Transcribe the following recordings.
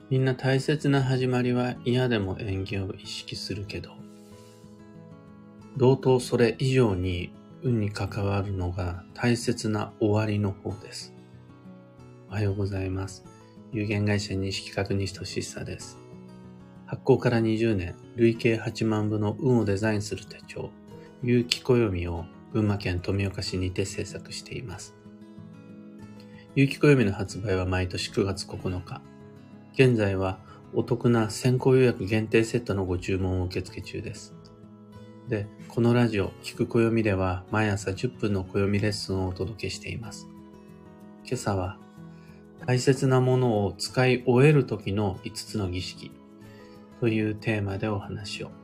みんな大切な始まりは嫌でも縁起を意識するけど、同等それ以上に運に関わるのが大切な終わりの方です。おはようございます。有限会社西企画西俊久です。発行から20年、累計8万部の運をデザインする手帳、有機暦を群馬県富岡市にて制作しています。有機暦の発売は毎年9月9日。現在はお得な先行予約限定セットのご注文を受付中です。で、このラジオ、聞く暦では毎朝10分の暦レッスンをお届けしています。今朝は、大切なものを使い終える時の5つの儀式というテーマでお話を。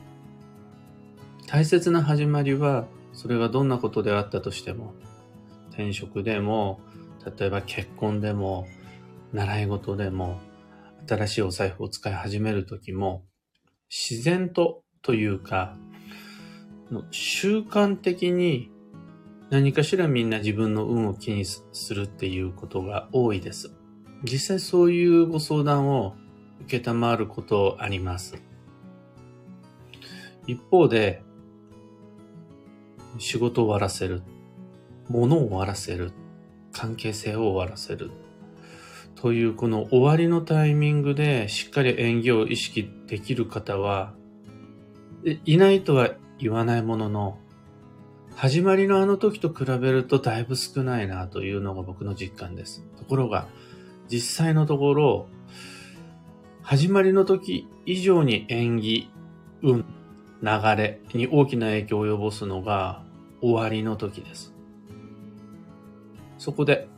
大切な始まりは、それがどんなことであったとしても、転職でも、例えば結婚でも、習い事でも、新しいお財布を使い始める時も、自然というか、習慣的に何かしらみんな自分の運を気にするっていうことが多いです。実際そういうご相談を受けたまわることあります。一方で、仕事を終わらせる、物を終わらせる、関係性を終わらせるというこの終わりのタイミングでしっかり縁起を意識できる方はいないとは言わないものの、始まりのあの時と比べるとだいぶ少ないなというのが僕の実感です。ところが、実際のところ、始まりの時以上に縁起、運、流れに大きな影響を及ぼすのが終わりの時です。そこで、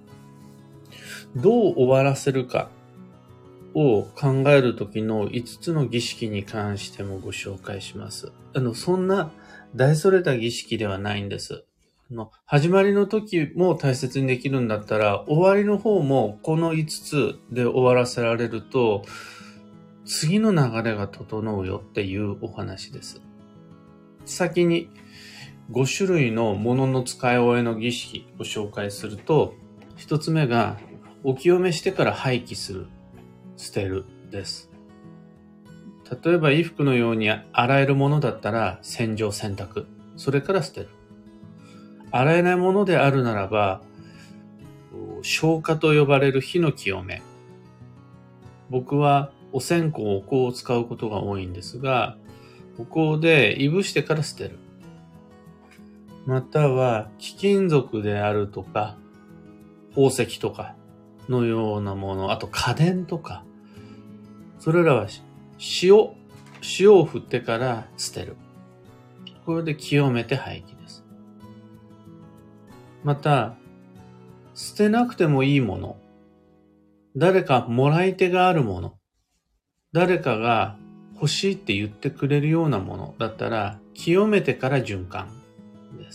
どう終わらせるかを考える時の5つの儀式に関してもご紹介します。そんな大それた儀式ではないんです。始まりの時も大切にできるんだったら、終わりの方もこの5つで終わらせられると、次の流れが整うよっていうお話です。先に5種類のものの使い終えの儀式を紹介すると、1つ目がお清めしてから廃棄する、捨てるです。例えば衣服のように洗えるものだったら洗浄洗濯、それから捨てる。洗えないものであるならば、消火と呼ばれる火の清め。僕はお線香、お香を使うことが多いんですが、お香でいぶしてから捨てる。または貴金属であるとか、宝石とかのようなもの、あと家電とか、それらは塩を振ってから捨てる。これで清めて廃棄です。また、捨てなくてもいいもの、誰かもらい手があるもの、誰かが欲しいって言ってくれるようなものだったら、清めてから循環です。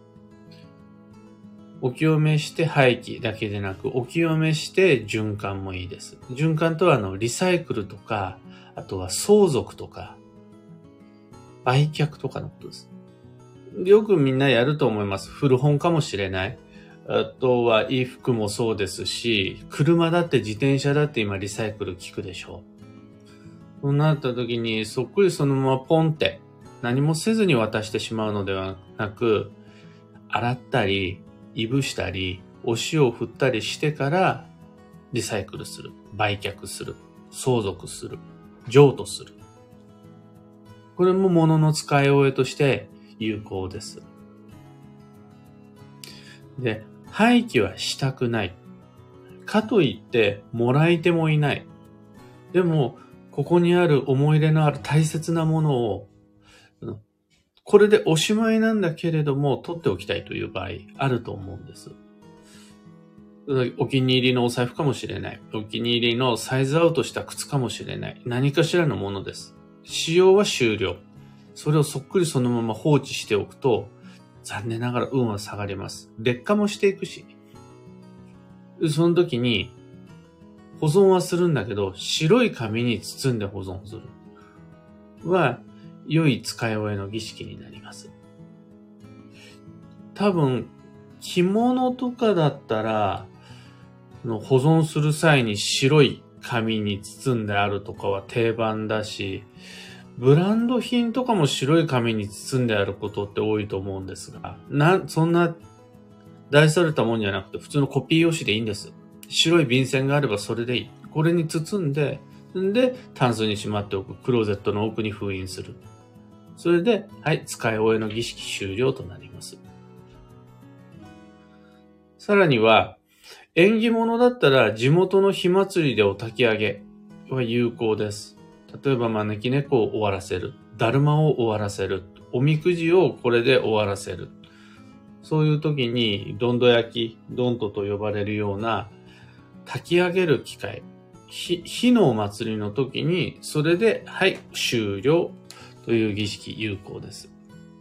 お清めして廃棄だけでなく、お清めして循環もいいです。循環とはリサイクルとか、あとは相続とか、売却とかのことです。よくみんなやると思います。古本かもしれない。あとは衣服もそうですし、車だって自転車だって今リサイクル効くでしょう。そうなった時にそっくりそのままポンって何もせずに渡してしまうのではなく、洗ったり、いぶしたり、お塩を振ったりしてからリサイクルする、売却する、相続する、譲渡する。これも物の使い終えとして有効です。で、廃棄はしたくない。かといってもらい手もいない。でも、ここにある思い入れのある大切なものを、これでおしまいなんだけれども取っておきたいという場合あると思うんです。お気に入りのお財布かもしれない。お気に入りのサイズアウトした靴かもしれない。何かしらのものです。使用は終了。それをそっくりそのまま放置しておくと、残念ながら運は下がります。劣化もしていくし。その時に、保存はするんだけど、白い紙に包んで保存する。は、良い使い終えの儀式になります。多分、着物とかだったら、保存する際に白い紙に包んであるとかは定番だし、ブランド品とかも白い紙に包んであることって多いと思うんですが、そんな大それたもんじゃなくて普通のコピー用紙でいいんです。白い便箋があればそれでいい。これに包んで、タンスにしまっておく。クローゼットの奥に封印する。それで、はい、使い終えの儀式終了となります。さらには、縁起物だったら地元の火祭りでお焚き上げは有効です。例えば招き猫を終わらせる。だるまを終わらせる。おみくじをこれで終わらせる。そういう時に、どんど焼き、どんとと呼ばれるような焚き上げる機会。火のお祭りの時に、それで、はい、終了という儀式有効です。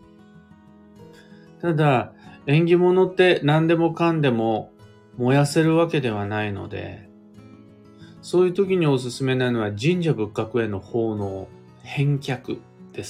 ただ、縁起物って何でもかんでも燃やせるわけではないので、そういう時におすすめなのは神社仏閣への奉納、返却です。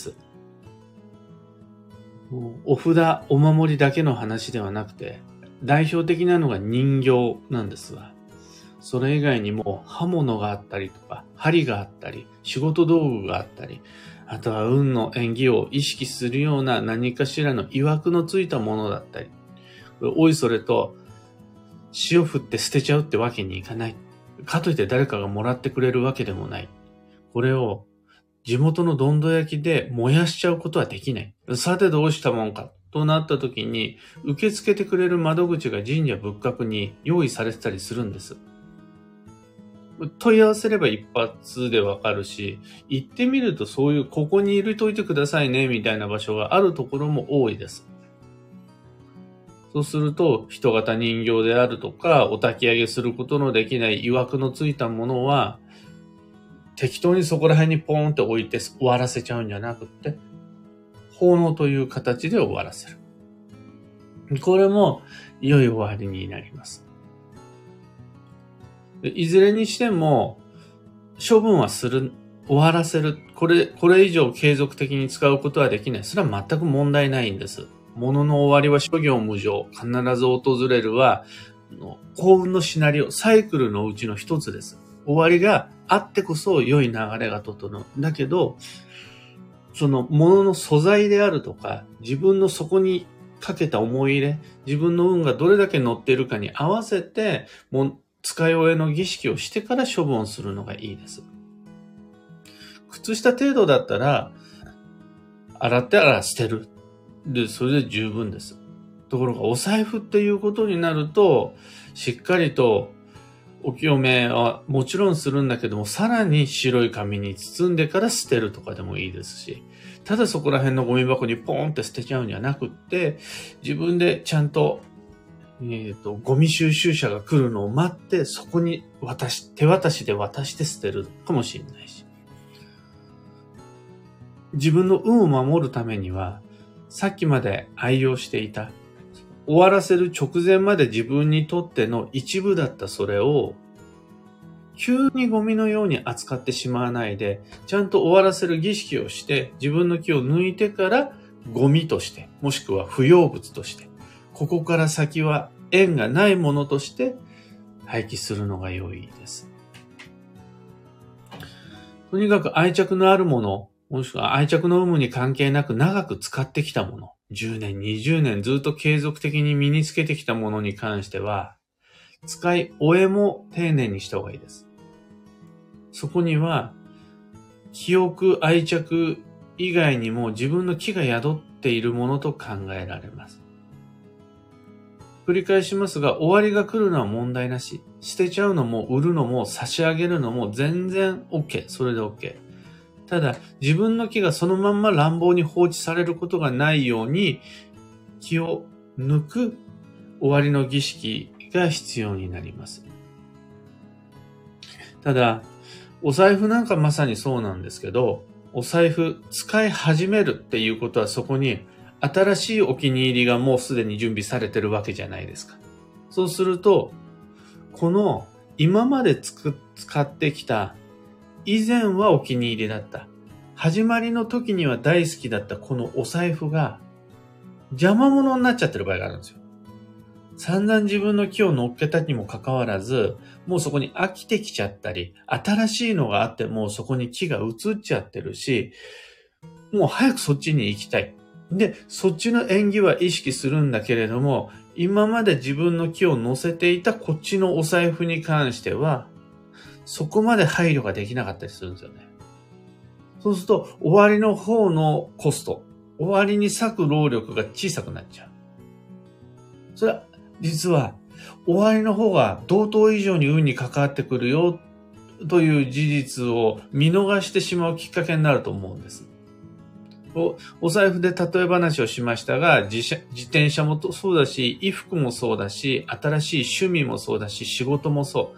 お札、お守りだけの話ではなくて、代表的なのが人形なんですが、それ以外にも刃物があったりとか、針があったり、仕事道具があったり、あとは運の縁起を意識するような何かしらの曰くのついたものだったり、おいそれと塩振って捨てちゃうってわけにいかない。かといって誰かがもらってくれるわけでもない。これを地元のどんど焼きで燃やしちゃうことはできない。さてどうしたもんかとなった時に、受け付けてくれる窓口が神社仏閣に用意されてたりするんです。問い合わせれば一発でわかるし、行ってみるとそういうここに入れといてくださいねみたいな場所があるところも多いです。そうすると人型人形であるとかお焚き上げすることのできない曰くのついたものは適当にそこら辺にポーンって置いて終わらせちゃうんじゃなくって、奉納という形で終わらせる。これも良い終わりになります。いずれにしても、処分はする、終わらせる。これ以上継続的に使うことはできない。それは全く問題ないんです。物の終わりは諸行無常。必ず訪れるは、幸運のシナリオ、サイクルのうちの一つです。終わりがあってこそ良い流れが整う。だけど、その物の素材であるとか、自分のそこにかけた思い入れ、自分の運がどれだけ乗っているかに合わせて、使い終えの儀式をしてから処分するのがいいです。靴下程度だったら、洗って捨てる。で、それで十分です。ところが、お財布っていうことになると、しっかりとお清めはもちろんするんだけども、さらに白い紙に包んでから捨てるとかでもいいですし、ただそこら辺のゴミ箱にポーンって捨てちゃうんじゃなくって、自分でちゃんとゴミ収集車が来るのを待って、そこに手渡しで渡して捨てるかもしれないし。自分の運を守るためには、さっきまで愛用していた、終わらせる直前まで自分にとっての一部だったそれを、急にゴミのように扱ってしまわないで、ちゃんと終わらせる儀式をして、自分の気を抜いてからゴミとして、もしくは不要物として、ここから先は縁がないものとして廃棄するのが良いです。とにかく愛着のあるもの、もしくは愛着の有無に関係なく長く使ってきたもの、10年、20年ずっと継続的に身につけてきたものに関しては、使い終えも丁寧にした方がいいです。そこには、記憶、愛着以外にも自分の気が宿っているものと考えられます。繰り返しますが、終わりが来るのは問題なし。捨てちゃうのも売るのも差し上げるのも全然 OK。それで OK。ただ、自分の気がそのまんま乱暴に放置されることがないように、気を抜く終わりの儀式が必要になります。ただ、お財布なんかまさにそうなんですけど、お財布使い始めるっていうことはそこに新しいお気に入りがもうすでに準備されてるわけじゃないですか。そうすると、この今まで使ってきた以前はお気に入りだった。始まりの時には大好きだったこのお財布が邪魔者になっちゃってる場合があるんですよ。 散々自分の気を乗っけたにもかかわらず、もうそこに飽きてきちゃったり、新しいのがあってもうそこに気が移っちゃってるし、もう早くそっちに行きたい。で、そっちの縁起は意識するんだけれども、今まで自分の気を乗せていたこっちのお財布に関しては、そこまで配慮ができなかったりするんですよね。そうすると、終わりの方のコスト、終わりに割く労力が小さくなっちゃう。それは、実は、終わりの方が同等以上に運に関わってくるよ、という事実を見逃してしまうきっかけになると思うんです。お財布で例え話をしましたが、自転車もそうだし、衣服もそうだし、新しい趣味もそうだし、仕事もそう。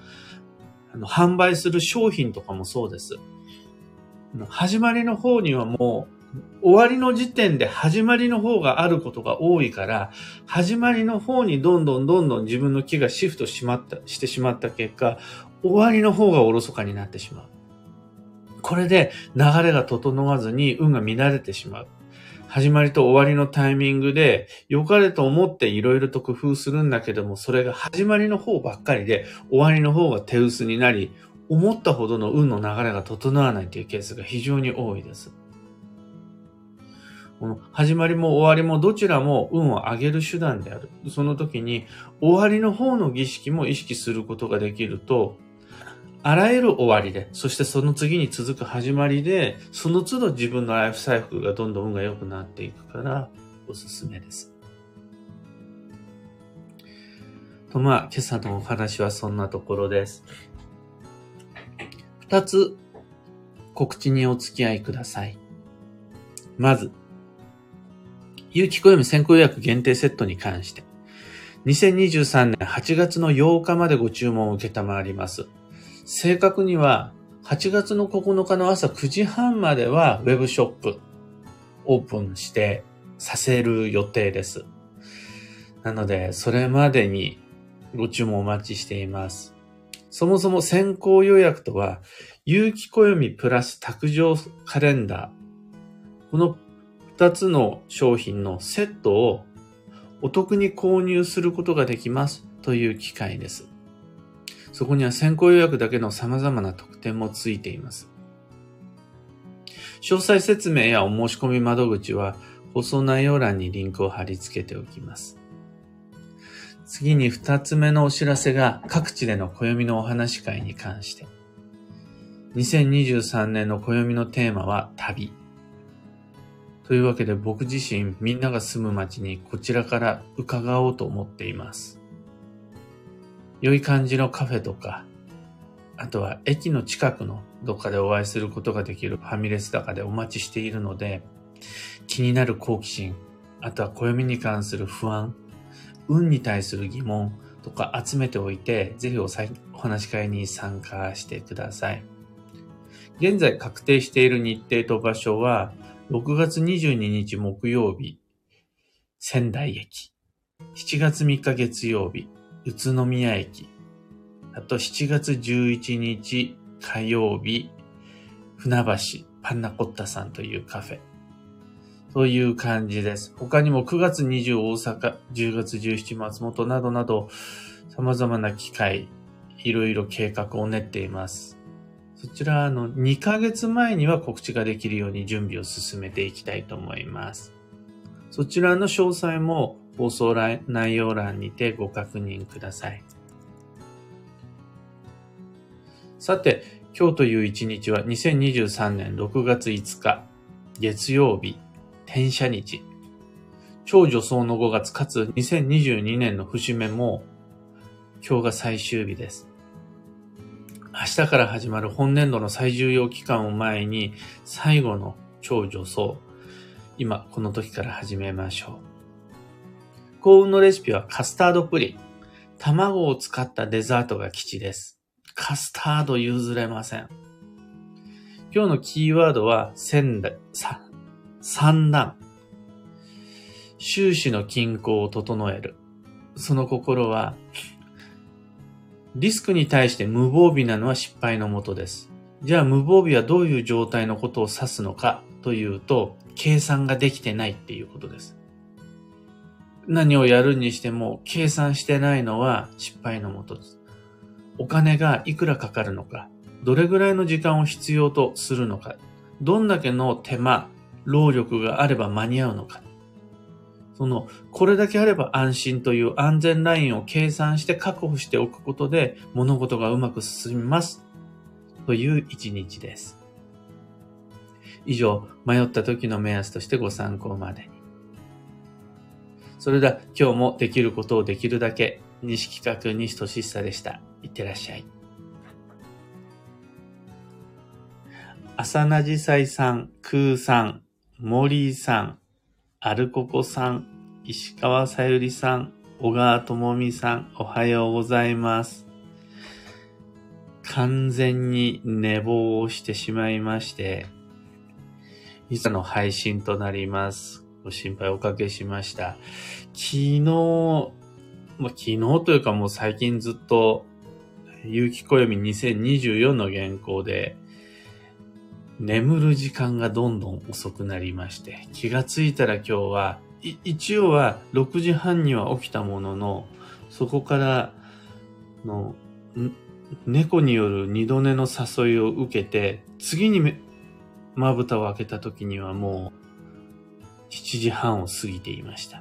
販売する商品とかもそうです。始まりの方にはもう、終わりの時点で始まりの方があることが多いから、始まりの方にどんどん自分の気がシフトしてしまった結果、終わりの方がおろそかになってしまう。これで流れが整わずに運が乱れてしまう。始まりと終わりのタイミングで良かれと思っていろいろと工夫するんだけども、それが始まりの方ばっかりで終わりの方が手薄になり、思ったほどの運の流れが整わないというケースが非常に多いです。この始まりも終わりもどちらも運を上げる手段である。その時に終わりの方の儀式も意識することができると、あらゆる終わりで、そしてその次に続く始まりで、その都度自分のライフサイクルがどんどん運が良くなっていくから、おすすめです。と、今朝のお話はそんなところです。2つ告知にお付き合いください。まず、有機暦先行予約限定セットに関して、2023年8月の8日までご注文を受けたまわります。正確には8月の9日の朝9時半まではウェブショップオープンしてさせる予定です。なのでそれまでにご注文お待ちしています。そもそも先行予約とは有機暦プラス卓上カレンダー、この2つの商品のセットをお得に購入することができますという機会です。そこには先行予約だけの様々な特典もついています。詳細説明やお申し込み窓口は放送内容欄にリンクを貼り付けておきます。次に2つ目のお知らせが各地での暦のお話会に関して。2023年の暦のテーマは旅。というわけで僕自身みんなが住む町にこちらから伺おうと思っています。良い感じのカフェとか、あとは駅の近くのどっかでお会いすることができるファミレスとかでお待ちしているので、気になる好奇心、あとは暦に関する不安、運に対する疑問とか集めておいて、ぜひお話し会に参加してください。現在確定している日程と場所は、6月22日木曜日、仙台駅。7月3日月曜日、宇都宮駅。あと7月11日火曜日、船橋パンナコッタさんというカフェ。という感じです。他にも9月20大阪、10月17松本などなど、様々な機会、いろいろ計画を練っています。そちら2ヶ月前には告知ができるように準備を進めていきたいと思います。そちらの詳細も放送内容欄にてご確認ください。さて、今日という一日は2023年6月5日、月曜日、天赦日。超助走の5月かつ2022年の節目も今日が最終日です。明日から始まる本年度の最重要期間を前に最後の超助走。今この時から始めましょう。幸運のレシピはカスタードプリン。卵を使ったデザートが吉です。カスタード譲れません。今日のキーワードは三段。収支の均衡を整える。その心は、リスクに対して無防備なのは失敗のもとです。じゃあ無防備はどういう状態のことを指すのかというと、計算ができてないっていうことです。 何をやるにしても計算してないのは失敗のもとです。お金がいくらかかるのか、どれぐらいの時間を必要とするのか、どんだけの手間、労力があれば間に合うのか。これだけあれば安心という安全ラインを計算して確保しておくことで物事がうまく進みます。という一日です。以上、迷った時の目安としてご参考までに。それでは今日もできることをできるだけ、西企画西俊久でした。いってらっしゃい。浅名寺祭さん、空さん、森さん、アルココさん、石川さゆりさん、小川智美さん、おはようございます。完全に寝坊をしてしまいまして、いつの配信となります。ご心配おかけしました。昨日というかもう最近ずっと、有機暦2024の原稿で、眠る時間がどんどん遅くなりまして、気がついたら今日は、一応は6時半には起きたものの、そこからの猫による二度寝の誘いを受けて、次にまぶたを開けた時にはもう7時半を過ぎていました。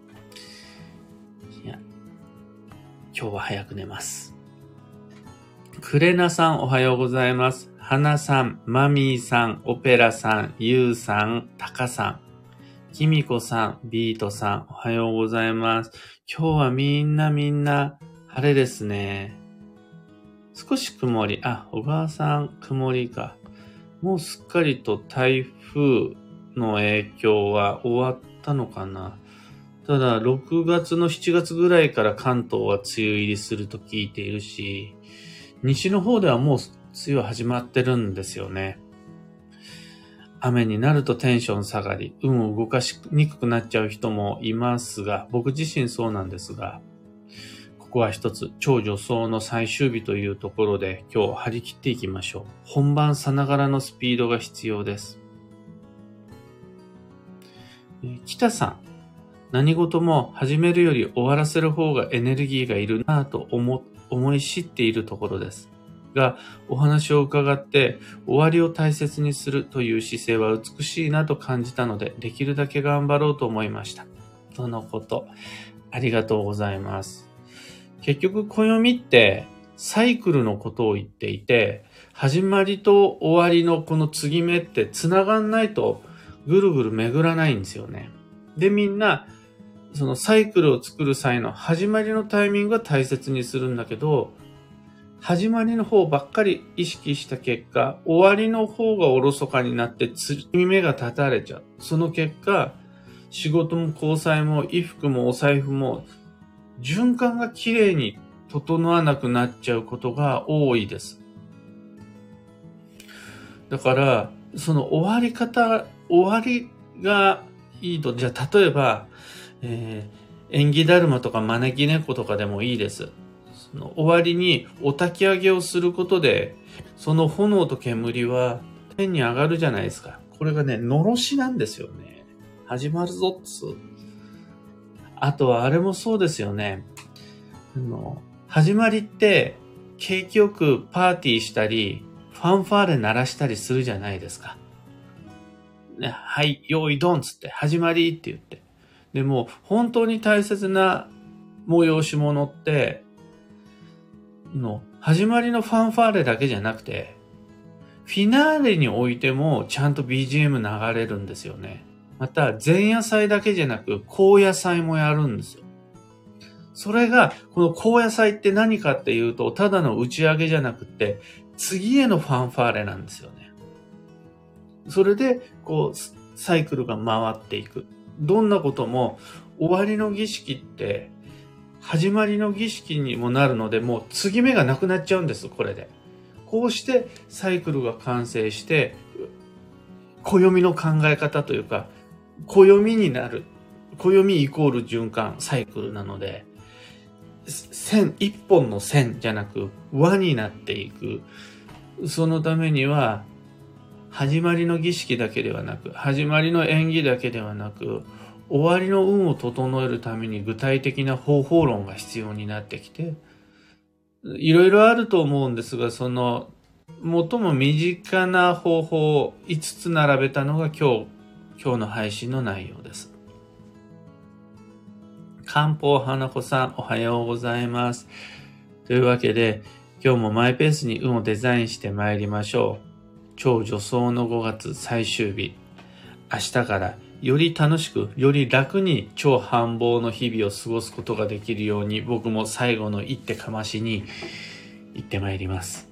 いや、今日は早く寝ます。クレナさんおはようございます。花さん、マミーさん、オペラさん、ユウさん、タカさん、キミコさん、ビートさんおはようございます。今日はみんな晴れですね。少し曇り。小川さん曇りか。もうすっかりと台風の影響は終わったのかな。ただ、6月の7月ぐらいから関東は梅雨入りすると聞いているし、西の方ではもう梅雨始まってるんですよね。雨になるとテンション下がり、運を動かしにくくなっちゃう人もいますが、僕自身そうなんですが、ここは一つ超助走の最終日というところで今日張り切っていきましょう。本番さながらのスピードが必要です。北さん、何事も始めるより終わらせる方がエネルギーがいるなぁと思い知っているところです。が、お話を伺って終わりを大切にするという姿勢は美しいなと感じたので、できるだけ頑張ろうと思いました。とのこと。ありがとうございます。結局、暦ってサイクルのことを言っていて、始まりと終わりのこの継ぎ目って繋がんないとぐるぐる巡らないんですよね。で、みんな、そのサイクルを作る際の始まりのタイミングは大切にするんだけど、始まりの方ばっかり意識した結果、終わりの方がおろそかになって継ぎ目が立たれちゃう。その結果、仕事も交際も衣服もお財布も循環がきれいに整わなくなっちゃうことが多いです。だから、その終わりがいいと、じゃあ例えば、縁起だるまとか招き猫とかでもいいです。その終わりにお焚き上げをすることで、その炎と煙は天に上がるじゃないですか。これがね、のろしなんですよね。始まるぞっつ。あとはあれもそうですよね。始まりって景気よくパーティーしたり、ファンファーレ鳴らしたりするじゃないですか。ね、はい、用意ドンつって始まりって言って。でも本当に大切な催し物って始まりのファンファーレだけじゃなくて、フィナーレにおいてもちゃんと BGM 流れるんですよね。また前夜祭だけじゃなく後夜祭もやるんですよ。それがこの後夜祭って何かっていうと、ただの打ち上げじゃなくて次へのファンファーレなんですよね。それでサイクルが回っていく。どんなことも終わりの儀式って始まりの儀式にもなるので、もう継ぎ目がなくなっちゃうんです、これで。こうしてサイクルが完成して、暦の考え方というか、暦になる。暦イコール循環、サイクルなので、一本の線じゃなく輪になっていく。そのためには、始まりの儀式だけではなく、始まりの縁起だけではなく、 終わりの運を整えるために具体的な方法論が必要になってきて、いろいろあると思うんですが、その最も身近な方法を5つ並べたのが今日の配信の内容です。漢方花子さん、おはようございます。というわけで、今日もマイペースに運をデザインして参りましょう。超助走の5月最終日。明日からより楽しく、より楽に超繁忙の日々を過ごすことができるように、僕も最後の一手かましに行って参ります。